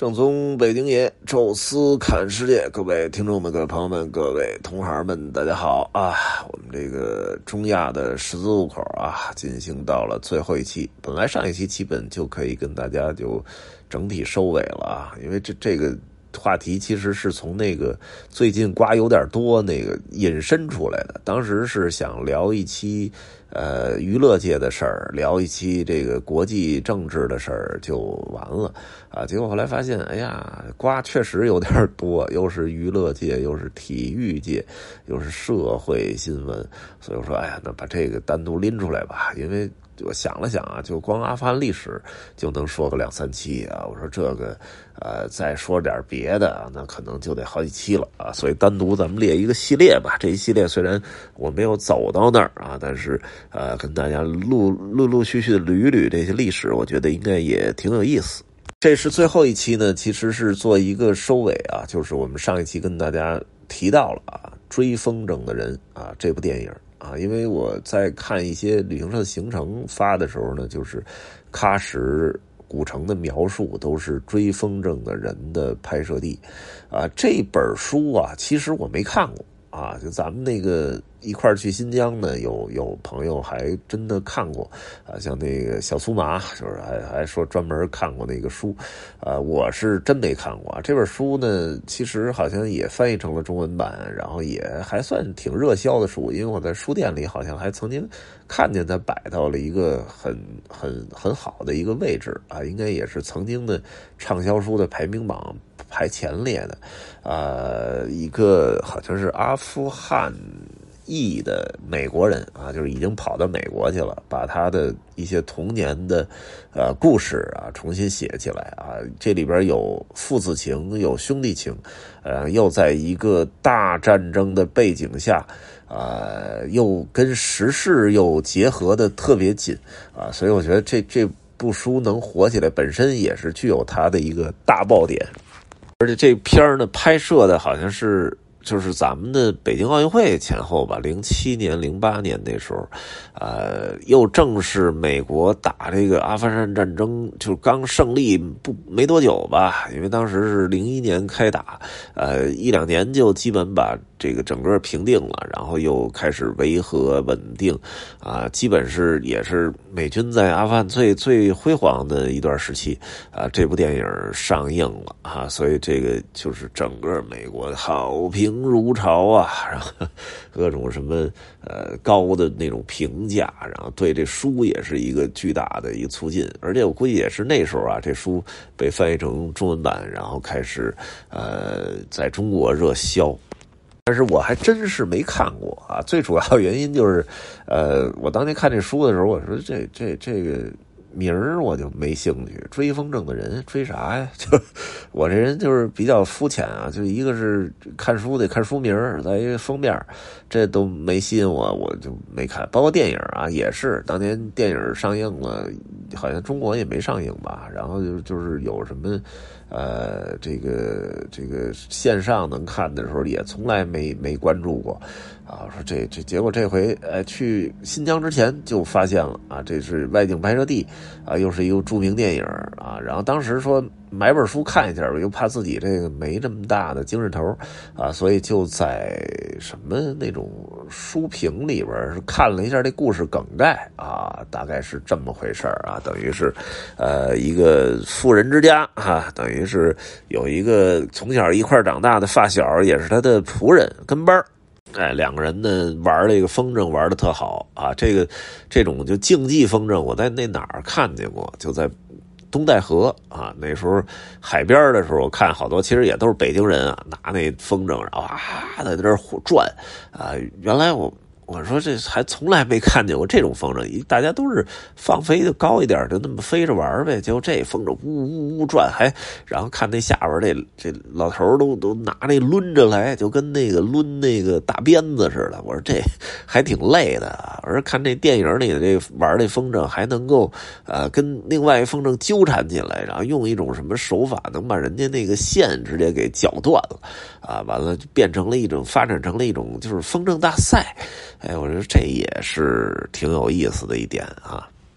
正宗北京爷，宙斯看世界，各位听众们、各位朋友们、各位同行们，大家好啊！我们这个中亚的十字路口啊，进行到了最后一期。本来上一期基本就可以跟大家就整体收尾了啊，因为这个话题其实是从那个最近瓜有点多那个引申出来的。当时是想聊一期娱乐界的事儿，聊一期这个国际政治的事儿就完了啊。结果后来发现，哎呀，瓜确实有点多，又是娱乐界，又是体育界，又是社会新闻，所以我说，哎呀，那把这个单独拎出来吧，因为我想了想啊，就光阿富汗历史就能说个2-3期啊。我说这个再说点别的啊，那可能就得好几期了啊。所以单独咱们列一个系列吧。这一系列虽然我没有走到那儿啊，但是跟大家陆续的捋一捋这些历史，我觉得应该也挺有意思。这是最后一期呢，其实是做一个收尾啊，就是我们上一期跟大家提到了啊，追风筝的人啊这部电影啊，因为我在看一些旅行社行程发的时候呢，就是喀什古城的描述都是追风筝的人的拍摄地啊。这本书啊，其实我没看过啊，就咱们那个一块儿去新疆呢，有朋友还真的看过啊，像那个小苏麻，就是还说专门看过那个书啊，我是真没看过啊。这本书呢，其实好像也翻译成了中文版，然后也还算挺热销的书，因为我在书店里好像还曾经看见它摆到了一个很好的一个位置啊，应该也是曾经的畅销书的排名榜排前列的，一个好像是阿富汗裔的美国人啊，就是已经跑到美国去了，把他的一些童年的故事啊重新写起来啊。这里边有父子情，有兄弟情，又在一个大战争的背景下，又跟时事又结合的特别紧啊，所以我觉得这部书能火起来，本身也是具有它的一个大爆点。而且这片呢拍摄的好像是就是咱们的北京奥运会前后吧，07年、08年那时候，又正是美国打这个阿富汗战争就刚胜利没多久吧，因为当时是01年开打，1-2年就基本把这个整个平定了，然后又开始维和稳定啊，基本是也是美军在阿富汗最辉煌的一段时期啊。这部电影上映了啊，所以这个就是整个美国好评如潮啊，然后各种什么高的那种评价，然后对这书也是一个巨大的一个促进，而且我估计也是那时候啊，这书被翻译成中文版，然后开始在中国热销。但是我还真是没看过啊，最主要原因就是我当年看这书的时候，我说这个名儿我就没兴趣，追风筝的人追啥呀？就我这人就是比较肤浅啊，就一个是看书得看书名儿，再一个封面，这都没吸引我，我就没看。包括电影啊，也是当年电影上映了，好像中国也没上映吧，然后就是有什么这个线上能看的时候，也从来没关注过啊。说这结果这回去新疆之前就发现了啊，这是外景拍摄地啊，又是一个著名电影啊。然后当时说买本书看一下，又怕自己这个没这么大的精神头啊，所以就在什么那种书评里边看了一下这故事梗概啊，大概是这么回事啊，等于是一个富人之家啊，等于是有一个从小一块长大的发小，也是他的仆人跟班两个人呢玩这个风筝玩的特好啊，这种就竞技风筝，我在那哪儿看见过，就在东戴河啊，那时候海边的时候，我看好多其实也都是北京人啊，拿那风筝然后在这儿转啊，原来我说这还从来没看见过这种风筝，大家都是放飞的高一点，就那么飞着玩呗。结果这风筝呜呜转，然后看那下边这老头都拿那抡着来，就跟那个抡那个大鞭子似的。我说这还挺累的啊。我说看这电影里的这玩这风筝还能够跟另外一风筝纠缠起来，然后用一种什么手法能把人家那个线直接给绞断了啊，完了就发展成了一种就是风筝大赛。哎，我说这也是挺有意思的一点啊。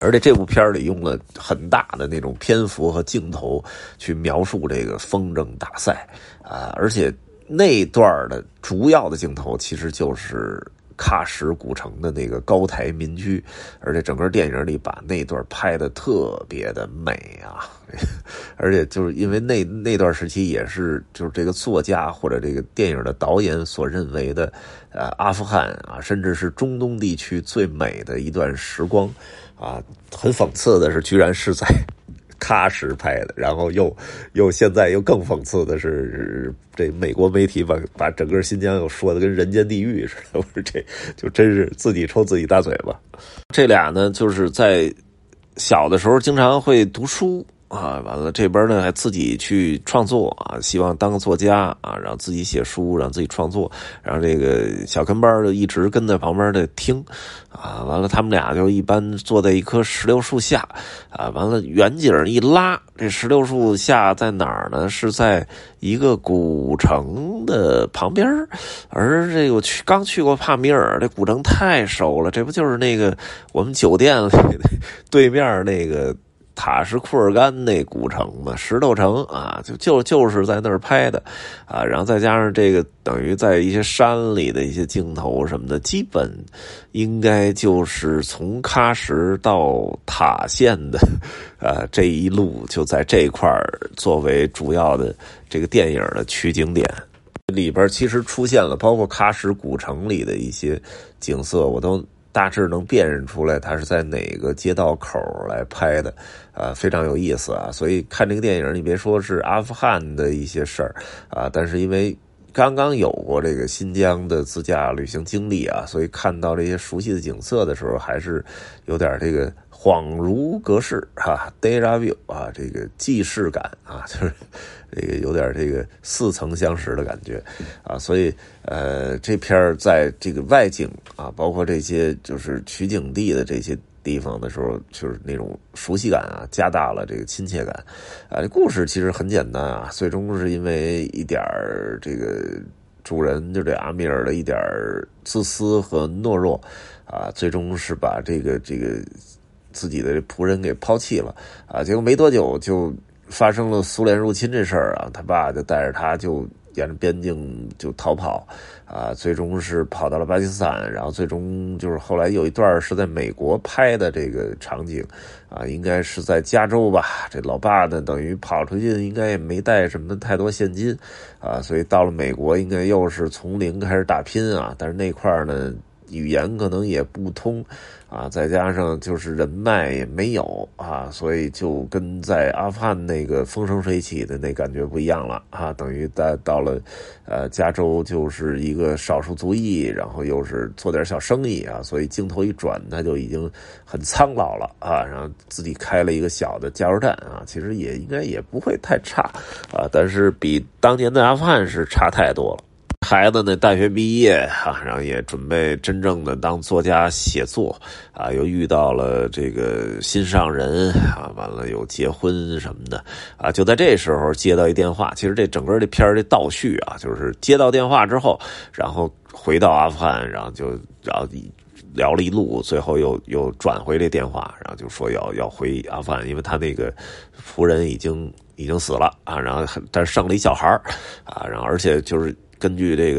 而且这部片里用了很大的那种篇幅和镜头去描述这个风筝大赛啊，而且那段的主要的镜头其实就是喀什古城的那个高台民居，而且整个电影里把那段拍的特别的美啊，而且就是因为那段时期也是就是这个作家或者这个电影的导演所认为的阿富汗啊，甚至是中东地区最美的一段时光啊。很讽刺的是居然是在喀什拍的，然后又现在又更讽刺的是，这美国媒体把整个新疆又说的跟人间地狱似的，我说这就真是自己抽自己大嘴巴。这俩呢，就是在小的时候经常会读书啊，完了这边呢还自己去创作啊，希望当个作家啊，让自己写书，让自己创作，然后这个小跟班就一直跟在旁边的听啊，完了他们俩就一般坐在一棵石榴树下啊，完了远景一拉，这石榴树下在哪儿呢？是在一个古城的旁边，而这个我刚去过帕米尔，这古城太熟了，这不就是那个我们酒店里对面那个塔什库尔干那古城嘛，石头城啊，就是在那儿拍的啊，然后再加上这个等于在一些山里的一些镜头什么的，基本应该就是从喀什到塔县的这一路就在这块儿作为主要的这个电影的取景点。里边其实出现了包括喀什古城里的一些景色，我都大致能辨认出来它是在哪个街道口来拍的，非常有意思啊。所以看这个电影，你别说是阿富汗的一些事儿啊，但是因为刚刚有过这个新疆的自驾旅行经历啊，所以看到这些熟悉的景色的时候，还是有点这个恍如隔世啊 ，déjà vu 啊，这个既视感啊，就是这个有点这个似曾相识的感觉啊，所以这片在这个外景啊，包括这些就是取景地的这些地方的时候，就是那种熟悉感啊，加大了这个亲切感啊。这故事其实很简单啊，最终是因为一点这个主人就这阿米尔的一点自私和懦弱啊，最终是把这个自己的仆人给抛弃了啊，结果没多久就发生了苏联入侵这事儿啊，他爸就带着他就沿着边境就逃跑啊，最终是跑到了巴基斯坦，然后最终就是后来有一段是在美国拍的这个场景啊，应该是在加州吧。这老爸呢等于跑出去应该也没带什么太多现金啊，所以到了美国应该又是从零开始打拼啊，但是那块呢语言可能也不通啊，再加上就是人脉也没有啊，所以就跟在阿富汗那个风生水起的那感觉不一样了啊，等于到了加州就是一个少数族裔，然后又是做点小生意啊，所以镜头一转他就已经很苍老了啊，然后自己开了一个小的加油站啊，其实也应该也不会太差啊，但是比当年的阿富汗是差太多了。孩子呢，大学毕业啊，然后也准备真正的当作家写作啊，又遇到了这个心上人啊，完了又结婚什么的啊，就在这时候接到一电话。其实这整个这片儿的倒叙啊，就是接到电话之后，然后回到阿富汗，然后聊了一路，最后又转回这电话，然后就说要回阿富汗，因为他那个仆人已经死了啊，然后但是剩了一小孩啊，然后而且就是根据这个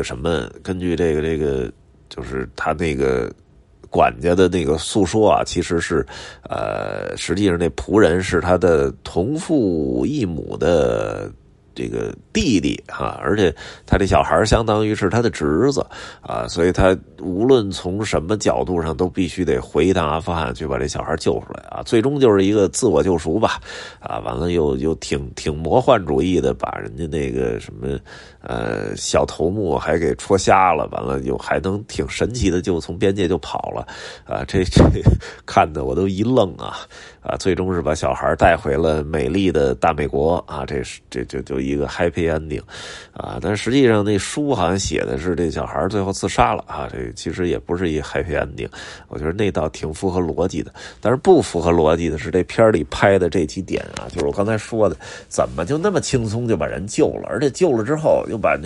就是他那个管家的那个诉说啊，其实是实际上那仆人是他的同父异母的这个弟弟啊，而且他这小孩相当于是他的侄子啊，所以他无论从什么角度上都必须得回一趟阿富汗去把这小孩救出来啊，最终就是一个自我救赎吧啊，完了又挺魔幻主义的，把人家那个什么小头目还给戳瞎了，完了又还能挺神奇的就从边界就跑了啊，这看得我都一愣啊，最终是把小孩带回了美丽的大美国啊，这就一个 happy ending 啊，但实际上那书好像写的是这小孩最后自杀了啊，这其实也不是一 happy ending， 我觉得那倒挺符合逻辑的。但是不符合逻辑的是这片里拍的这几点啊，就是我刚才说的，怎么就那么轻松就把人救了，而且救了之后又把那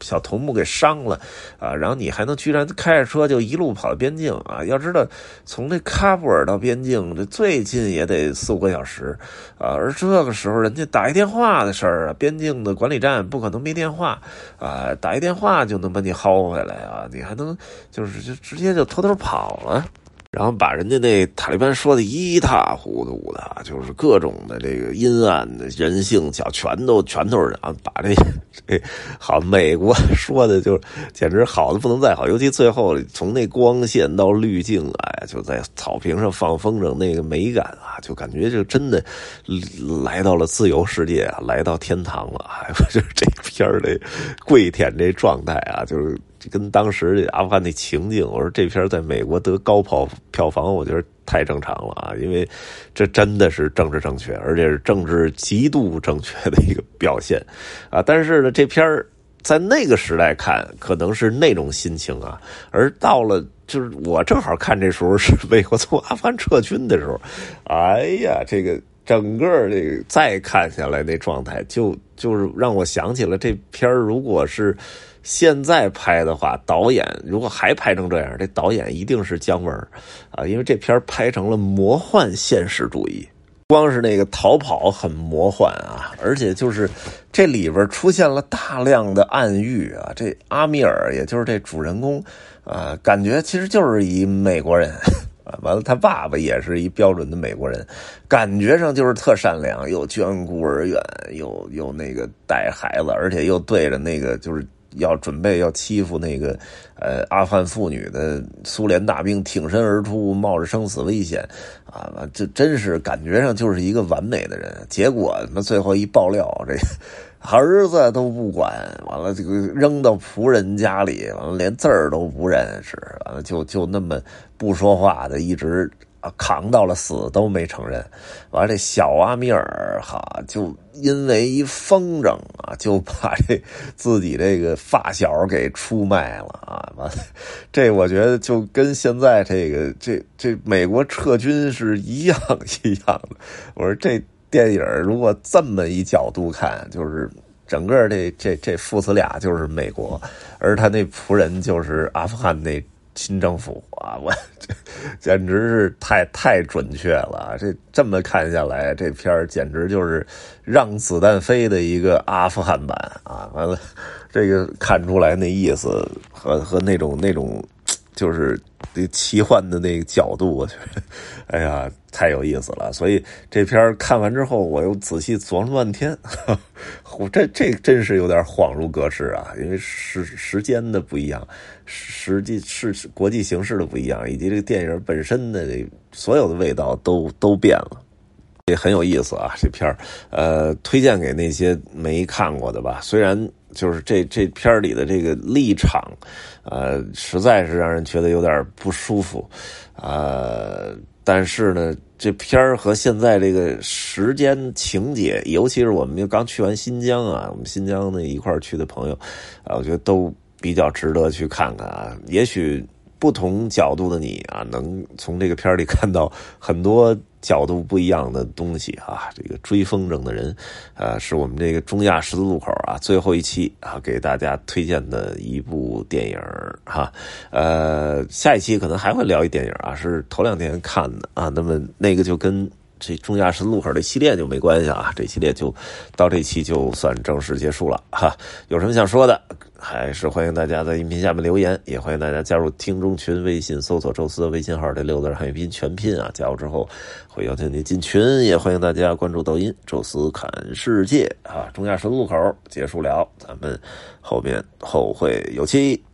小头目给伤了啊，然后你还能居然开着车就一路跑到边境啊？要知道从这喀布尔到边境这最近也得4-5个小时啊，而这个时候人家打一电话的事儿啊，边境的管理站不可能没电话啊，打一电话就能把你薅回来啊，你还能就直接就偷偷跑了。然后把人家那塔利班说的一塌糊涂的，就是各种的这个阴暗的人性角全都是啊，把这好美国说的就简直好的不能再好，尤其最后从那光线到滤镜，哎，就在草坪上放风筝那个美感啊，就感觉就真的来到了自由世界啊，来到天堂了。哎，就是这片的跪舔这状态啊，就是跟当时阿富汗那情境，我说这片在美国得高票房，我觉得太正常了啊，因为这真的是政治正确，而且是政治极度正确的一个表现啊。但是呢，这片在那个时代看可能是那种心情啊，而到了就是我正好看这时候是美国从阿富汗撤军的时候，哎呀，这个整个这个再看下来那状态，就是让我想起了这片如果是现在拍的话，导演如果还拍成这样，这导演一定是姜文啊，因为这片拍成了魔幻现实主义。光是那个逃跑很魔幻啊，而且就是这里边出现了大量的暗喻啊。这阿米尔也就是这主人公啊，感觉其实就是一美国人啊，完了他爸爸也是一标准的美国人，感觉上就是特善良，又捐孤儿院，又那个带孩子，而且又对着那个就是要准备要欺负那个阿富汗妇女的苏联大兵挺身而出，冒着生死危险啊，这真是感觉上就是一个完美的人。结果最后一爆料，这儿子都不管，完了这个扔到仆人家里，完了连字儿都不认识，完了就那么不说话的一直扛到了死都没承认。完了这小阿米尔就因为一风筝啊，就把自己这个发小给出卖了啊！完了，这我觉得就跟现在这美国撤军是一样的。我说这电影如果这么一角度看，就是整个这父子俩就是美国，而他那仆人就是阿富汗那新政府啊，我这简直是太准确了。这么看下来，这片简直就是让子弹飞的一个阿富汗版啊！完了，这个看出来那意思和那种就是奇幻的那个角度，我觉得，哎呀，太有意思了。所以这片看完之后，我又仔细琢磨半天，这真是有点恍如隔世啊！因为时间的不一样，实际是国际形势的不一样，以及这个电影本身的所有的味道都变了。也很有意思啊，这片推荐给那些没看过的吧。虽然就是这片里的这个立场，实在是让人觉得有点不舒服，但是呢，这片和现在这个时间情节，尤其是我们刚去完新疆啊，我们新疆那一块去的朋友，我觉得都比较值得去看看啊。也许不同角度的你啊，能从这个片里看到很多角度不一样的东西啊。这个追风筝的人，是我们这个中亚十字路口啊最后一期啊给大家推荐的一部电影哈。下一期可能还会聊一电影啊，是头2天看的啊。那么那个就跟这中亚十字路口的系列就没关系啊，这系列就到这期就算正式结束了哈。有什么想说的，还是欢迎大家在音频下面留言，也欢迎大家加入听众群，微信搜索宙斯的微信号，这6字汉语拼音全拼啊，加入之后会邀请你进群，也欢迎大家关注抖音宙斯看世界啊。中亚十字路口结束了，咱们后会有期。